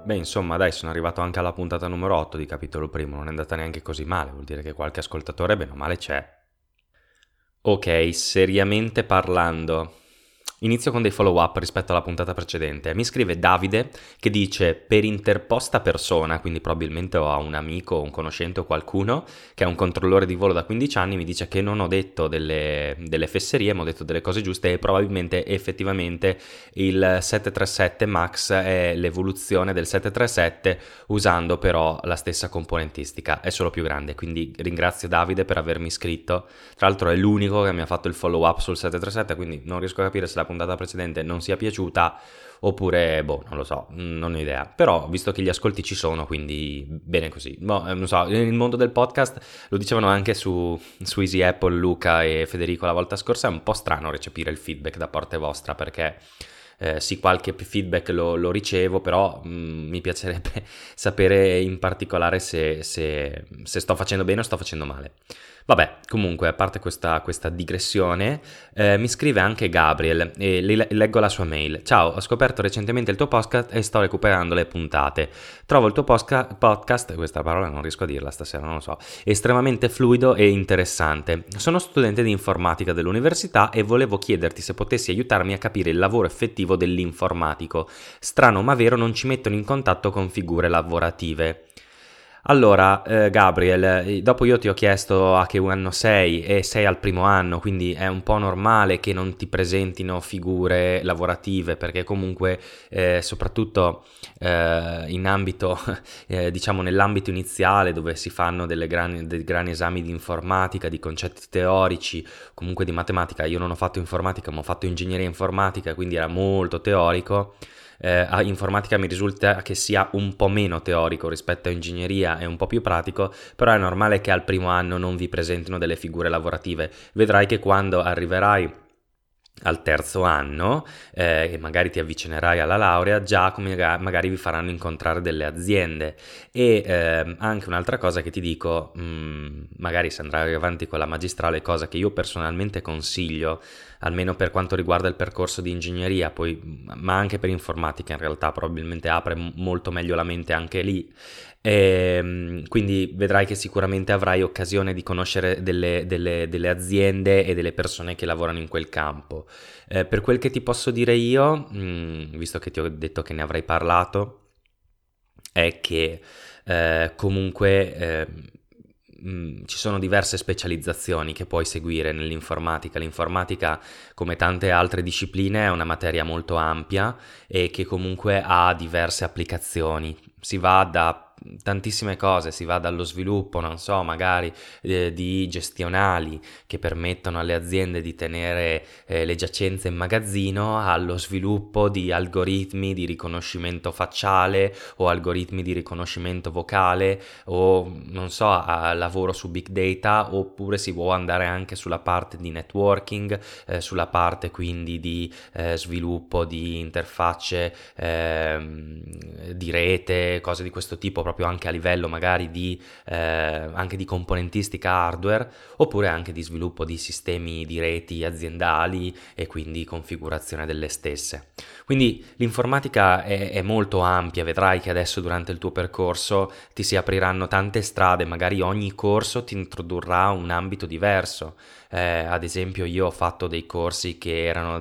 Beh, insomma, dai, sono arrivato anche alla puntata numero 8 di capitolo primo, non è andata neanche così male, vuol dire che qualche ascoltatore bene o male c'è. Ok, seriamente parlando, inizio con dei follow up rispetto alla puntata precedente. Mi scrive Davide che dice per interposta persona, quindi probabilmente ho un amico, un conoscente o qualcuno che è un controllore di volo da 15 anni, mi dice che non ho detto delle fesserie, ma ho detto delle cose giuste e probabilmente effettivamente il 737 MAX è l'evoluzione del 737 usando però la stessa componentistica, è solo più grande, quindi ringrazio Davide per avermi scritto. Tra l'altro è l'unico che mi ha fatto il follow up sul 737, quindi non riesco a capire se la puntata precedente non sia piaciuta oppure, boh, non lo so, non ho idea. Però, visto che gli ascolti ci sono, quindi bene così. Non so, il mondo del podcast, lo dicevano anche su Easy Apple, Luca e Federico la volta scorsa, è un po' strano recepire il feedback da parte vostra, perché sì, qualche feedback lo ricevo, però mi piacerebbe sapere in particolare se sto facendo bene o sto facendo male. Vabbè, comunque, a parte questa digressione, mi scrive anche Gabriel e leggo la sua mail. Ciao, ho scoperto recentemente il tuo podcast e sto recuperando le puntate. Trovo il tuo podcast, questa parola non riesco a dirla stasera, non lo so, estremamente fluido e interessante. Sono studente di informatica dell'università e volevo chiederti se potessi aiutarmi a capire il lavoro effettivo dell'informatico. Strano ma vero, non ci mettono in contatto con figure lavorative. Allora, Gabriel, dopo io ti ho chiesto a che anno sei e sei al primo anno, quindi è un po' normale che non ti presentino figure lavorative, perché comunque, soprattutto in ambito, diciamo nell'ambito iniziale dove si fanno dei grandi esami di informatica, di concetti teorici, comunque di matematica. Io non ho fatto informatica, ma ho fatto ingegneria informatica, quindi era molto teorico. A informatica mi risulta che sia un po' meno teorico rispetto a ingegneria e un po' più pratico, però è normale che al primo anno non vi presentino delle figure lavorative. Vedrai che quando arriverai al terzo anno e magari ti avvicinerai alla laurea, già come magari vi faranno incontrare delle aziende. E anche un'altra cosa che ti dico, magari se andrai avanti con la magistrale, cosa che io personalmente consiglio, almeno per quanto riguarda il percorso di ingegneria, poi, ma anche per informatica in realtà probabilmente apre molto meglio la mente anche lì. Quindi vedrai che sicuramente avrai occasione di conoscere delle aziende e delle persone che lavorano in quel campo. Per quel che ti posso dire io, visto che ti ho detto che ne avrei parlato, è che comunque ci sono diverse specializzazioni che puoi seguire nell'informatica. L'informatica, come tante altre discipline, è una materia molto ampia e che comunque ha diverse applicazioni. Si va da tantissime cose, si va dallo sviluppo, non so, magari di gestionali che permettono alle aziende di tenere le giacenze in magazzino, allo sviluppo di algoritmi di riconoscimento facciale o algoritmi di riconoscimento vocale o non so, a lavoro su big data, oppure si può andare anche sulla parte di networking, sulla parte quindi di sviluppo di interfacce di rete, cose di questo tipo, proprio anche a livello magari di anche di componentistica hardware, oppure anche di sviluppo di sistemi di reti aziendali e quindi configurazione delle stesse. Quindi l'informatica è molto ampia, vedrai che adesso durante il tuo percorso ti si apriranno tante strade, magari ogni corso ti introdurrà un ambito diverso. Ad esempio io ho fatto dei corsi che erano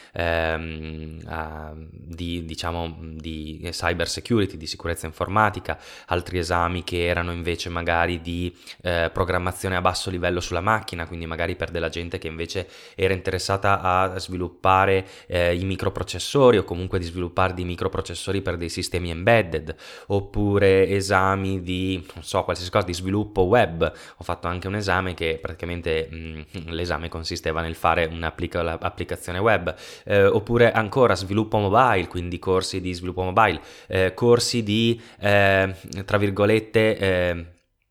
diciamo di cyber security, di sicurezza informatica, altri esami che erano invece magari di programmazione a basso livello sulla macchina, quindi magari per della gente che invece era interessata a sviluppare i microprocessori o comunque di sviluppare dei microprocessori per dei sistemi embedded, oppure esami di, non so, qualsiasi cosa di sviluppo web. Ho fatto anche un esame che praticamente l'esame consisteva nel fare un'applicazione web, oppure ancora sviluppo mobile, quindi corsi di sviluppo mobile, corsi di, tra virgolette,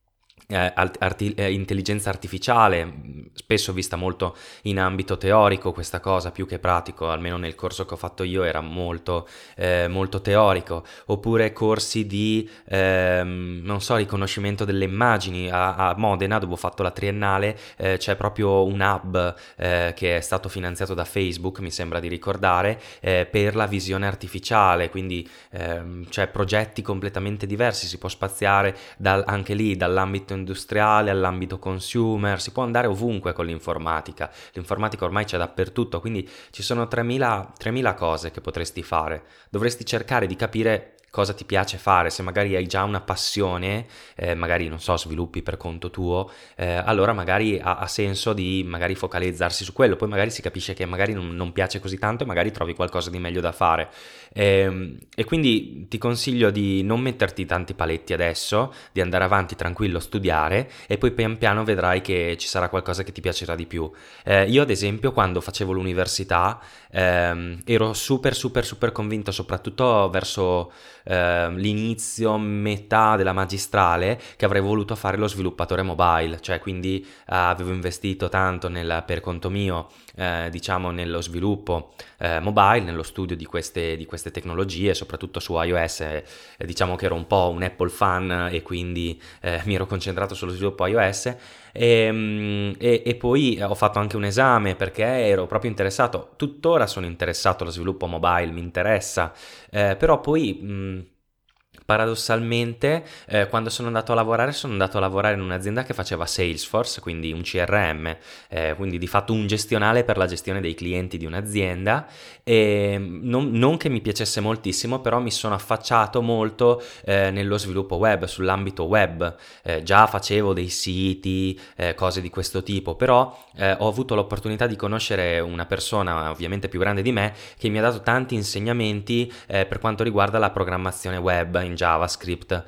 intelligenza artificiale, spesso vista molto in ambito teorico questa cosa più che pratico, almeno nel corso che ho fatto io era molto, molto teorico, oppure corsi di, non so, riconoscimento delle immagini. A Modena, dove ho fatto la triennale, c'è proprio un hub che è stato finanziato da Facebook, mi sembra di ricordare, per la visione artificiale, quindi c'è progetti completamente diversi, si può spaziare anche lì dall'ambito industriale all'ambito consumer, si può andare ovunque con l'informatica. L'informatica ormai c'è dappertutto, quindi ci sono 3000 cose che potresti fare. Dovresti cercare di capire cosa ti piace fare. Se magari hai già una passione, magari non so, sviluppi per conto tuo, allora magari ha senso di magari focalizzarsi su quello. Poi magari si capisce che magari non piace così tanto e magari trovi qualcosa di meglio da fare, e quindi ti consiglio di non metterti tanti paletti adesso, di andare avanti tranquillo, studiare, e poi pian piano vedrai che ci sarà qualcosa che ti piacerà di più. Io ad esempio quando facevo l'università ero super convinto, soprattutto verso l'inizio, metà della magistrale, che avrei voluto fare lo sviluppatore mobile, cioè quindi avevo investito tanto per conto mio, diciamo nello sviluppo mobile, nello studio di queste tecnologie, soprattutto su iOS. Diciamo che ero un po' un Apple fan e quindi mi ero concentrato sullo sviluppo iOS. E poi ho fatto anche un esame perché ero proprio interessato, tuttora sono interessato allo sviluppo mobile, mi interessa, però poi paradossalmente quando sono andato a lavorare in un'azienda che faceva Salesforce, quindi un CRM, quindi di fatto un gestionale per la gestione dei clienti di un'azienda, e non che mi piacesse moltissimo, però mi sono affacciato molto nello sviluppo web, sull'ambito web. Già facevo dei siti, cose di questo tipo, però ho avuto l'opportunità di conoscere una persona ovviamente più grande di me che mi ha dato tanti insegnamenti per quanto riguarda la programmazione web in JavaScript,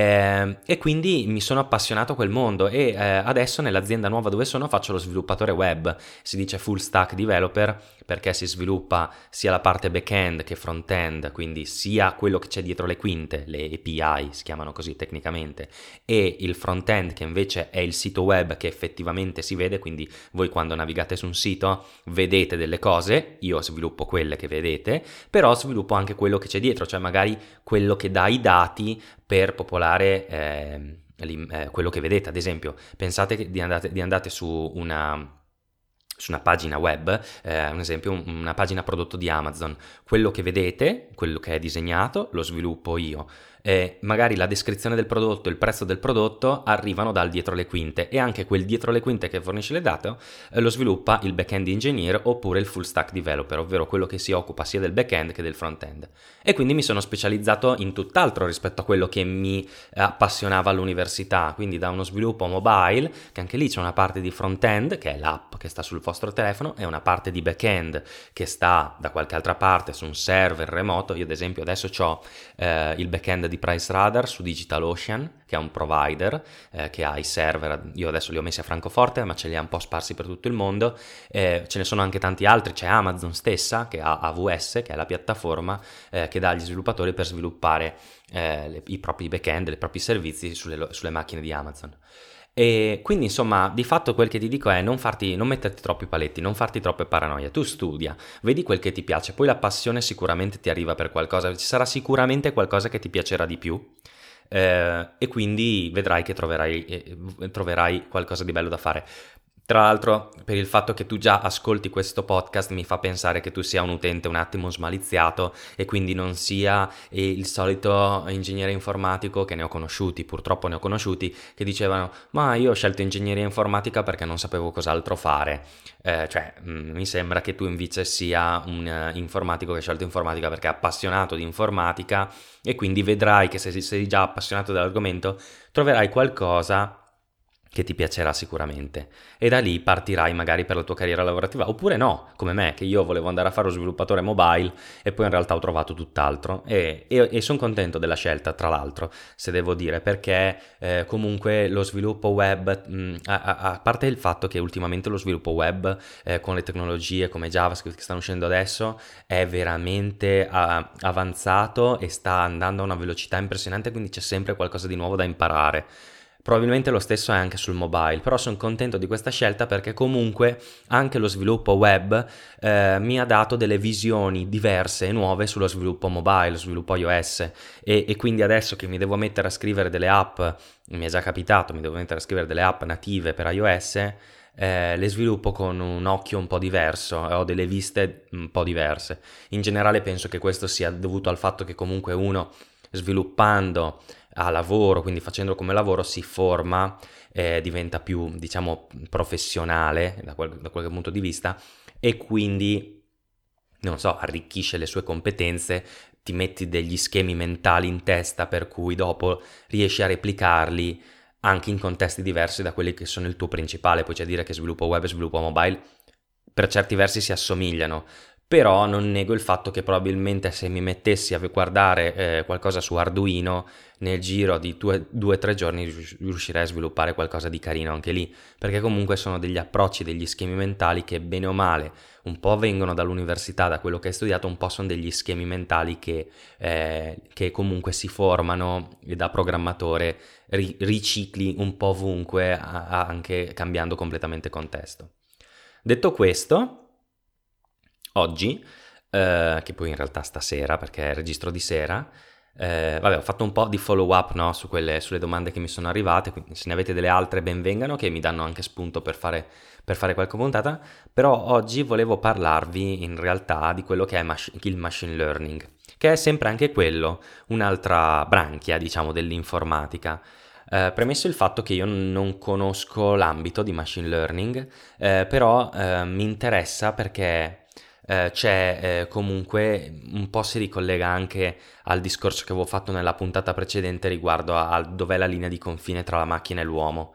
e quindi mi sono appassionato a quel mondo, e adesso nell'azienda nuova dove sono faccio lo sviluppatore web. Si dice full stack developer perché si sviluppa sia la parte back-end che front-end, quindi sia quello che c'è dietro le quinte, le API si chiamano così tecnicamente, e il front-end che invece è il sito web che effettivamente si vede. Quindi voi quando navigate su un sito vedete delle cose, io sviluppo quelle che vedete, però sviluppo anche quello che c'è dietro, cioè magari quello che dà i dati per popolare quello che vedete. Ad esempio, pensate di andate su una pagina web, un esempio, una pagina prodotto di Amazon. Quello che vedete, quello che è disegnato, lo sviluppo io. Magari la descrizione del prodotto, il prezzo del prodotto arrivano dal dietro le quinte, e anche quel dietro le quinte che fornisce le date lo sviluppa il back-end engineer oppure il full stack developer, ovvero quello che si occupa sia del back-end che del front-end. E quindi mi sono specializzato in tutt'altro rispetto a quello che mi appassionava all'università, quindi da uno sviluppo mobile, che anche lì c'è una parte di front-end, che è l'app che sta sul vostro telefono, e una parte di back-end che sta da qualche altra parte su un server remoto. Io ad esempio adesso ho il back-end di PriceRadar su DigitalOcean, che è un provider che ha i server. Io adesso li ho messi a Francoforte, ma ce li ha un po' sparsi per tutto il mondo. Ce ne sono anche tanti altri. C'è Amazon stessa che ha AWS, che è la piattaforma che dà agli sviluppatori per sviluppare i propri back-end, i propri servizi sulle macchine di Amazon. E quindi insomma di fatto quel che ti dico è non metterti troppi paletti, non farti troppe paranoie. Tu studia, vedi quel che ti piace, poi la passione sicuramente ti arriva per qualcosa, ci sarà sicuramente qualcosa che ti piacerà di più, e quindi vedrai che troverai qualcosa di bello da fare. Tra l'altro, per il fatto che tu già ascolti questo podcast mi fa pensare che tu sia un utente un attimo smaliziato e quindi non sia il solito ingegnere informatico, che purtroppo ne ho conosciuti, che dicevano: ma io ho scelto ingegneria informatica perché non sapevo cos'altro fare. Mi sembra che tu invece sia un informatico che ha scelto informatica perché è appassionato di informatica, e quindi vedrai che se sei già appassionato dell'argomento troverai qualcosa che ti piacerà sicuramente, e da lì partirai magari per la tua carriera lavorativa, oppure no, come me, che io volevo andare a fare lo sviluppatore mobile e poi in realtà ho trovato tutt'altro, e sono contento della scelta, tra l'altro, se devo dire, perché comunque lo sviluppo web, a parte il fatto che ultimamente lo sviluppo web con le tecnologie come JavaScript che stanno uscendo adesso è veramente avanzato e sta andando a una velocità impressionante, quindi c'è sempre qualcosa di nuovo da imparare. Probabilmente lo stesso è anche sul mobile, però sono contento di questa scelta perché comunque anche lo sviluppo web mi ha dato delle visioni diverse e nuove sullo sviluppo mobile, lo sviluppo iOS e quindi adesso che mi devo mettere a scrivere delle app, mi è già capitato, mi devo mettere a scrivere delle app native per iOS, le sviluppo con un occhio un po' diverso, ho delle viste un po' diverse. In generale penso che questo sia dovuto al fatto che comunque uno sviluppando a lavoro, quindi facendolo come lavoro, si forma, diventa più, diciamo, professionale da qualche punto di vista e quindi, non so, arricchisce le sue competenze, ti metti degli schemi mentali in testa per cui dopo riesci a replicarli anche in contesti diversi da quelli che sono il tuo principale. Poi c'è a dire che sviluppo web e sviluppo mobile per certi versi si assomigliano, però non nego il fatto che probabilmente se mi mettessi a guardare qualcosa su Arduino nel giro di 2-3 giorni riuscirei a sviluppare qualcosa di carino anche lì, perché comunque sono degli approcci, degli schemi mentali che bene o male un po' vengono dall'università, da quello che hai studiato, un po' sono degli schemi mentali che comunque si formano e da programmatore ricicli un po' ovunque, anche cambiando completamente contesto. Detto questo, oggi, che poi in realtà stasera, perché è il registro di sera, ho fatto un po' di follow up, no, sulle domande che mi sono arrivate, quindi se ne avete delle altre ben vengano, che mi danno anche spunto per fare qualche puntata, però oggi volevo parlarvi in realtà di quello che è il machine learning, che è sempre anche quello, un'altra branchia, diciamo, dell'informatica. Premesso il fatto che io non conosco l'ambito di machine learning, però mi interessa perché c'è comunque un po' si ricollega anche al discorso che avevo fatto nella puntata precedente riguardo a dov'è la linea di confine tra la macchina e l'uomo.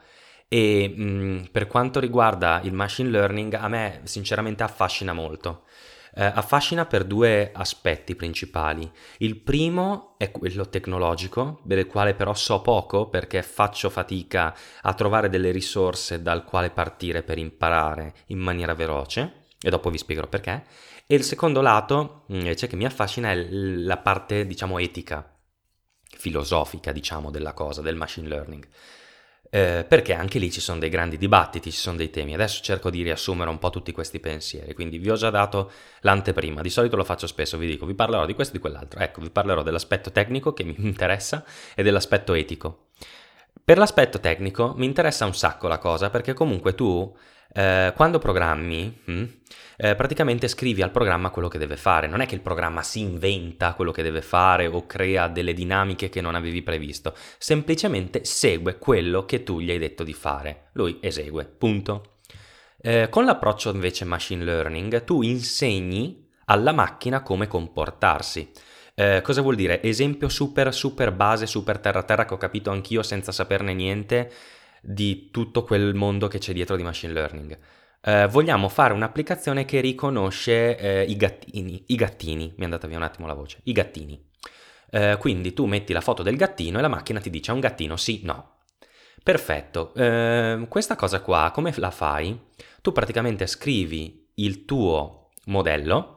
E per quanto riguarda il machine learning, a me sinceramente affascina molto. Affascina per due aspetti principali. Il primo è quello tecnologico, del quale però so poco perché faccio fatica a trovare delle risorse dal quale partire per imparare in maniera veloce, e dopo vi spiegherò perché. E il secondo lato invece che mi affascina è la parte, diciamo, etica, filosofica, diciamo, della cosa, del machine learning. Perché anche lì ci sono dei grandi dibattiti, ci sono dei temi. Adesso cerco di riassumere un po' tutti questi pensieri, quindi vi ho già dato l'anteprima, di solito lo faccio spesso, vi dico, vi parlerò di questo e di quell'altro. Ecco, vi parlerò dell'aspetto tecnico che mi interessa e dell'aspetto etico. Per l'aspetto tecnico mi interessa un sacco la cosa, perché comunque tu quando programmi, praticamente scrivi al programma quello che deve fare. Non è che il programma si inventa quello che deve fare o crea delle dinamiche che non avevi previsto, semplicemente segue quello che tu gli hai detto di fare. Lui esegue, punto. Con l'approccio invece machine learning, tu insegni alla macchina come comportarsi. Cosa vuol dire? Esempio super base, super terra che ho capito anch'io senza saperne niente di tutto quel mondo che c'è dietro di machine learning. Vogliamo fare un'applicazione che riconosce i gattini, mi è andata via un attimo la voce, i gattini. Quindi tu metti la foto del gattino e la macchina ti dice: è un gattino, sì, no. Perfetto, questa cosa qua come la fai? Tu praticamente scrivi il tuo modello,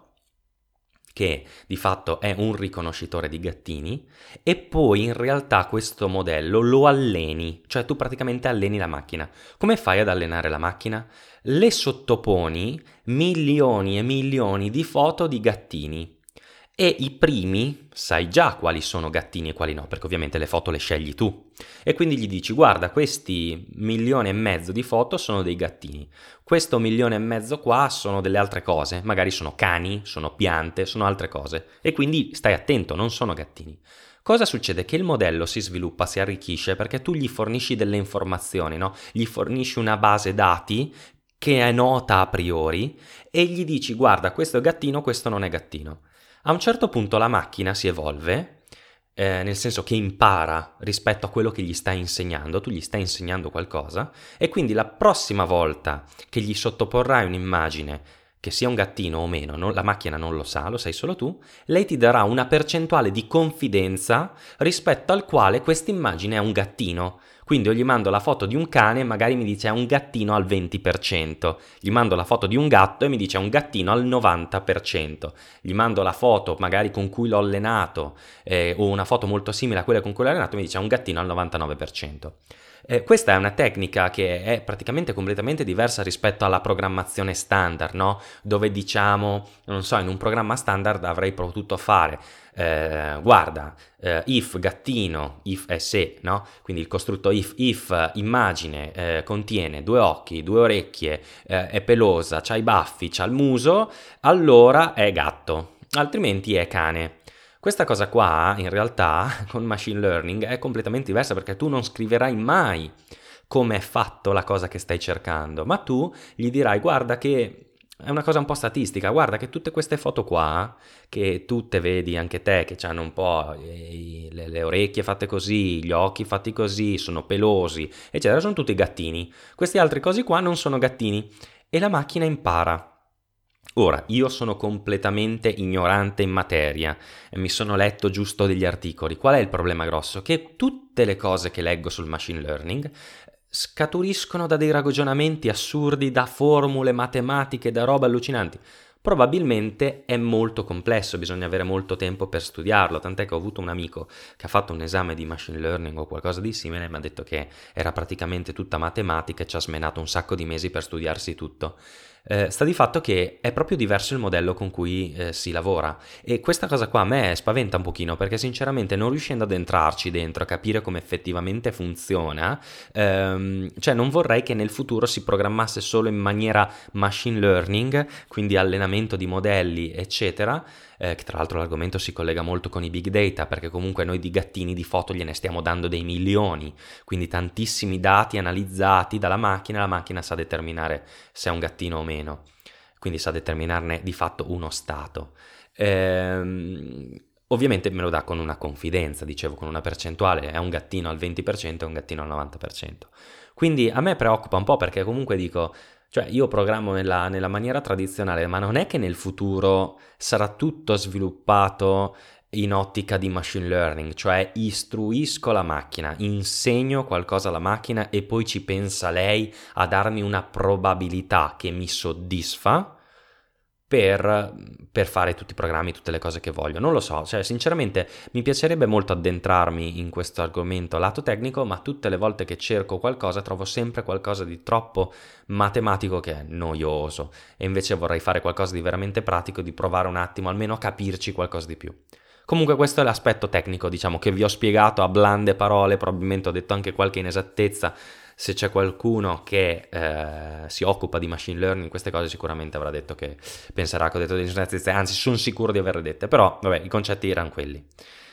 che di fatto è un riconoscitore di gattini, e poi in realtà questo modello lo alleni, cioè tu praticamente alleni la macchina. Come fai ad allenare la macchina? Le sottoponi milioni e milioni di foto di gattini e i primi sai già quali sono gattini e quali no, perché ovviamente le foto le scegli tu. E quindi gli dici: guarda, questi 1,5 milioni di foto sono dei gattini, questo 1,5 milioni qua sono delle altre cose, magari sono cani, sono piante, sono altre cose, e quindi stai attento, non sono gattini. Cosa succede? Che il modello si sviluppa, si arricchisce perché tu gli fornisci delle informazioni, no? Gli fornisci una base dati che è nota a priori e gli dici: guarda, questo è gattino, questo non è gattino. A un certo punto la macchina si evolve, nel senso che impara rispetto a quello che gli stai insegnando, tu gli stai insegnando qualcosa, e quindi la prossima volta che gli sottoporrai un'immagine, che sia un gattino o meno, la macchina non lo sa, lo sai solo tu, lei ti darà una percentuale di confidenza rispetto al quale questa immagine è un gattino. Quindi io gli mando la foto di un cane e magari mi dice è un gattino al 20%, gli mando la foto di un gatto e mi dice è un gattino al 90%, gli mando la foto magari con cui l'ho allenato o una foto molto simile a quella con cui l'ho allenato e mi dice è un gattino al 99%. Questa è una tecnica che è praticamente completamente diversa rispetto alla programmazione standard, no? Dove diciamo, non so, in un programma standard avrei potuto fare, guarda, if gattino, if è se, no? Quindi il costrutto if immagine contiene 2 occhi, 2 orecchie, è pelosa, c'ha i baffi, c'ha il muso, allora è gatto, altrimenti è cane. Questa cosa qua, in realtà, con machine learning è completamente diversa perché tu non scriverai mai come è fatto la cosa che stai cercando, ma tu gli dirai guarda che è una cosa un po' statistica, guarda che tutte queste foto qua, che tutte vedi anche te, che hanno un po' le orecchie fatte così, gli occhi fatti così, sono pelosi, eccetera, sono tutti gattini. Questi altri cosi qua non sono gattini e la macchina impara. Ora, io sono completamente ignorante in materia e mi sono letto giusto degli articoli. Qual è il problema grosso? Che tutte le cose che leggo sul machine learning scaturiscono da dei ragionamenti assurdi, da formule matematiche, da robe allucinanti. Probabilmente è molto complesso, bisogna avere molto tempo per studiarlo, tant'è che ho avuto un amico che ha fatto un esame di machine learning o qualcosa di simile e mi ha detto che era praticamente tutta matematica e ci ha smenato un sacco di mesi per studiarsi tutto. Sta di fatto che è proprio diverso il modello con cui si lavora e questa cosa qua a me spaventa un pochino perché sinceramente non riuscendo ad entrarci dentro a capire come effettivamente funziona, cioè non vorrei che nel futuro si programmasse solo in maniera machine learning, quindi allenamento di modelli eccetera, che tra l'altro l'argomento si collega molto con i big data perché comunque noi di gattini di foto gliene stiamo dando dei milioni, quindi tantissimi dati analizzati dalla macchina, la macchina sa determinare se è un gattino o meno, quindi sa determinarne di fatto uno stato. Ovviamente me lo dà con una confidenza, dicevo, con una percentuale, è un gattino al 20% e un gattino al 90%. Quindi a me preoccupa un po' perché comunque dico, cioè io programmo nella maniera tradizionale, ma non è che nel futuro sarà tutto sviluppato in ottica di machine learning, cioè istruisco la macchina, insegno qualcosa alla macchina e poi ci pensa lei a darmi una probabilità che mi soddisfa per fare tutti i programmi, tutte le cose che voglio. Non lo so, cioè sinceramente mi piacerebbe molto addentrarmi in questo argomento lato tecnico, ma tutte le volte che cerco qualcosa trovo sempre qualcosa di troppo matematico che è noioso e invece vorrei fare qualcosa di veramente pratico, di provare un attimo almeno a capirci qualcosa di più. Comunque questo è l'aspetto tecnico, diciamo, che vi ho spiegato a blande parole, probabilmente ho detto anche qualche inesattezza. Se c'è qualcuno che si occupa di machine learning, queste cose sicuramente avrà detto che penserà che ho detto delle inesattezze, anzi sono sicuro di averle dette, però vabbè, i concetti erano quelli.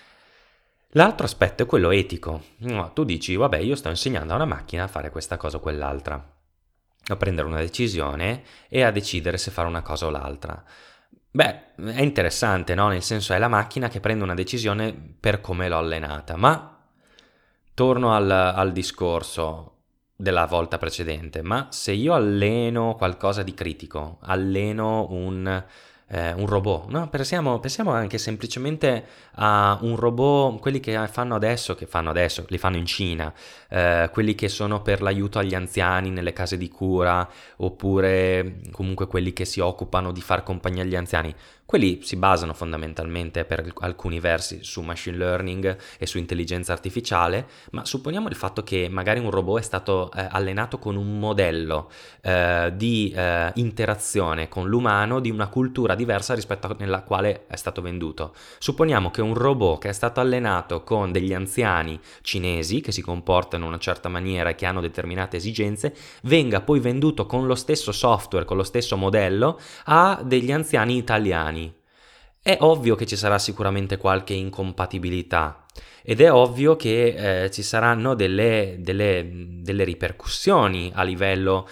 L'altro aspetto è quello etico. No, tu dici, vabbè, io sto insegnando a una macchina a fare questa cosa o quell'altra, a prendere una decisione e a decidere se fare una cosa o l'altra. Beh, è interessante, no? Nel senso è la macchina che prende una decisione per come l'ho allenata, ma torno al discorso della volta precedente, ma se io alleno qualcosa di critico, alleno un robot, no? Pensiamo anche semplicemente a un robot, quelli che fanno adesso, li fanno in Cina, quelli che sono per l'aiuto agli anziani nelle case di cura, oppure comunque quelli che si occupano di far compagnia agli anziani. Quelli si basano fondamentalmente per alcuni versi su machine learning e su intelligenza artificiale, ma supponiamo il fatto che magari un robot è stato allenato con un modello di interazione con l'umano di una cultura diversa rispetto alla quale è stato venduto. Supponiamo che un robot che è stato allenato con degli anziani cinesi che si comportano in una certa maniera e che hanno determinate esigenze, venga poi venduto con lo stesso software, con lo stesso modello a degli anziani italiani. È ovvio che ci sarà sicuramente qualche incompatibilità ed è ovvio che ci saranno delle ripercussioni a livello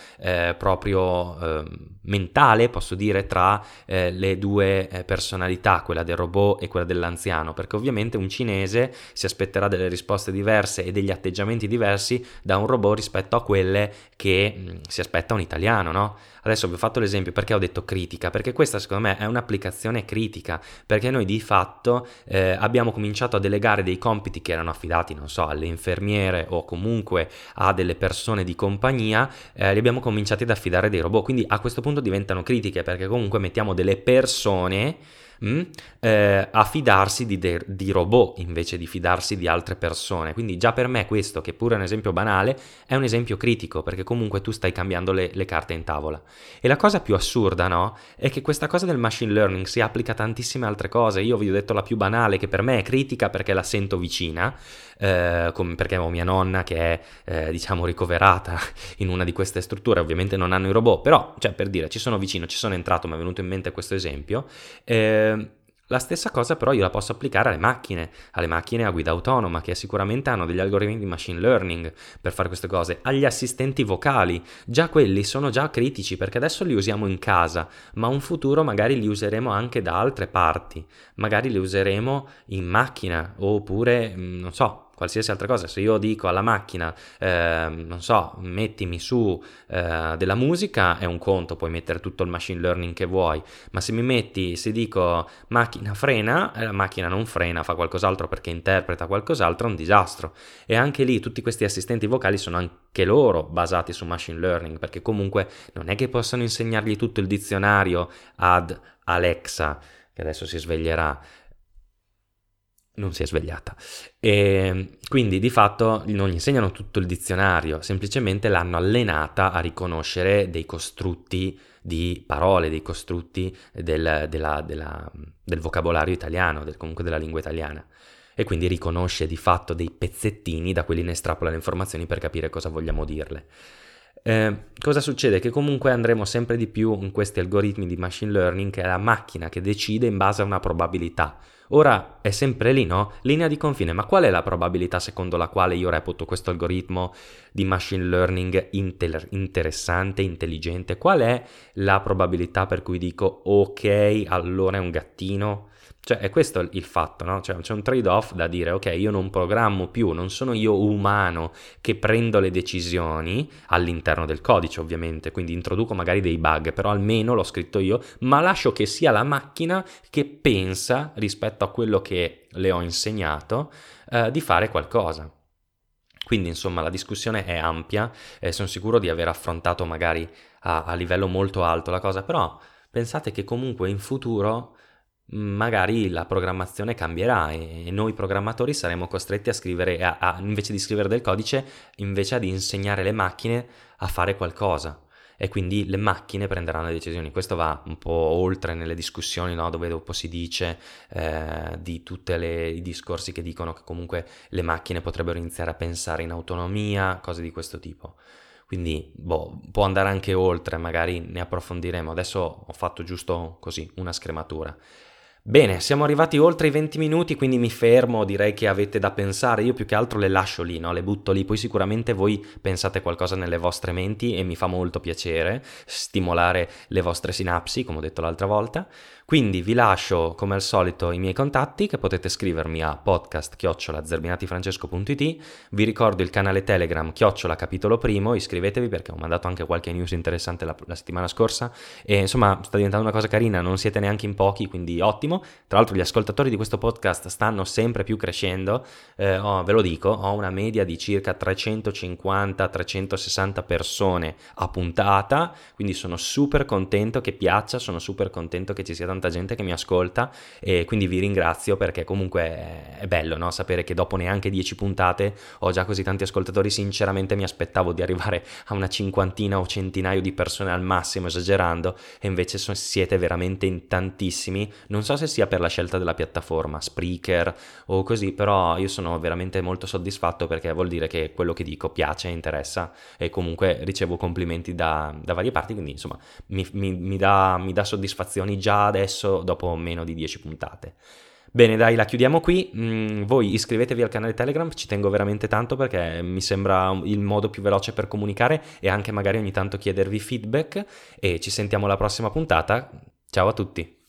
proprio mentale, posso dire, tra le due personalità, quella del robot e quella dell'anziano, perché ovviamente un cinese si aspetterà delle risposte diverse e degli atteggiamenti diversi da un robot rispetto a quelle che si aspetta un italiano, no? Adesso vi ho fatto l'esempio perché ho detto critica, perché questa secondo me è un'applicazione critica, perché noi di fatto abbiamo cominciato a delegare dei compiti che erano affidati, non so, alle infermiere o comunque a delle persone di compagnia, li abbiamo cominciati ad affidare dei robot, quindi a questo punto diventano critiche perché comunque mettiamo delle persone a fidarsi di robot invece di fidarsi di altre persone. Quindi già per me questo, che pure è un esempio banale, è un esempio critico, perché comunque tu stai cambiando le carte in tavola. E la cosa più assurda, no? È che questa cosa del machine learning si applica a tantissime altre cose. Io vi ho detto la più banale, che per me è critica perché la sento vicina, perché ho mia nonna che è diciamo ricoverata in una di queste strutture. Ovviamente non hanno i robot, però cioè, per dire, ci sono vicino, ci sono entrato, mi è venuto in mente questo esempio. La stessa cosa però io la posso applicare alle macchine a guida autonoma, che sicuramente hanno degli algoritmi di machine learning per fare queste cose, agli assistenti vocali. Già quelli sono già critici, perché adesso li usiamo in casa, ma un futuro magari li useremo anche da altre parti, magari li useremo in macchina, oppure non so, qualsiasi altra cosa. Se io dico alla macchina non so, mettimi su della musica, è un conto, puoi mettere tutto il machine learning che vuoi, ma se dico macchina frena, la macchina non frena, fa qualcos'altro perché interpreta qualcos'altro, è un disastro. E anche lì tutti questi assistenti vocali sono anche loro basati su machine learning, perché comunque non è che possano insegnargli tutto il dizionario ad Alexa, che adesso si sveglierà. Non si è svegliata. E quindi di fatto non gli insegnano tutto il dizionario, semplicemente l'hanno allenata a riconoscere dei costrutti di parole, dei costrutti del vocabolario italiano, comunque della lingua italiana. E quindi riconosce di fatto dei pezzettini, da quelli ne estrapola le informazioni per capire cosa vogliamo dirle. Cosa succede? Che comunque andremo sempre di più in questi algoritmi di machine learning, che è la macchina che decide in base a una probabilità. Ora è sempre lì, no? Linea di confine, ma qual è la probabilità secondo la quale io reputo questo algoritmo di machine learning interessante, intelligente? Qual è la probabilità per cui dico ok, allora è un gattino? Cioè è questo il fatto, no? Cioè, c'è un trade-off da dire ok, io non programmo più, non sono io umano che prendo le decisioni all'interno del codice ovviamente, quindi introduco magari dei bug, però almeno l'ho scritto io, ma lascio che sia la macchina che pensa rispetto a quello che le ho insegnato di fare qualcosa. Quindi insomma la discussione è ampia, sono sicuro di aver affrontato magari a livello molto alto la cosa, però pensate che comunque in futuro magari la programmazione cambierà e noi programmatori saremo costretti a scrivere, invece di scrivere del codice, invece ad insegnare le macchine a fare qualcosa. E quindi le macchine prenderanno le decisioni. Questo va un po' oltre nelle discussioni, no? Dove dopo si dice di tutti i discorsi che dicono che comunque le macchine potrebbero iniziare a pensare in autonomia, cose di questo tipo. Quindi può andare anche oltre, magari ne approfondiremo. Adesso ho fatto giusto così una scrematura. Bene, siamo arrivati oltre i 20 minuti, quindi mi fermo, direi che avete da pensare, io più che altro le lascio lì, no? Le butto lì, poi sicuramente voi pensate qualcosa nelle vostre menti e mi fa molto piacere stimolare le vostre sinapsi, come ho detto l'altra volta. Quindi vi lascio come al solito i miei contatti, che potete scrivermi a podcast@zerbinatifrancesco.it. Vi ricordo il canale Telegram @capitolo primo, iscrivetevi perché ho mandato anche qualche news interessante la settimana scorsa e insomma sta diventando una cosa carina, non siete neanche in pochi, quindi ottimo. Tra l'altro gli ascoltatori di questo podcast stanno sempre più crescendo, ve lo dico, ho una media di circa 350-360 persone a puntata, quindi sono super contento che piaccia, sono super contento che ci sia tanta gente che mi ascolta e quindi vi ringrazio perché comunque è bello, no? Sapere che dopo neanche 10 puntate ho già così tanti ascoltatori. Sinceramente mi aspettavo di arrivare a una cinquantina o centinaio di persone al massimo, esagerando, e invece siete veramente in tantissimi. Non so se sia per la scelta della piattaforma Spreaker o così, però io sono veramente molto soddisfatto perché vuol dire che quello che dico piace, interessa e comunque ricevo complimenti da varie parti, quindi insomma mi dà soddisfazioni già adesso dopo meno di 10 puntate. Bene, dai, la chiudiamo qui. Voi iscrivetevi al canale Telegram, ci tengo veramente tanto perché mi sembra il modo più veloce per comunicare e anche magari ogni tanto chiedervi feedback, e ci sentiamo alla prossima puntata. Ciao a tutti!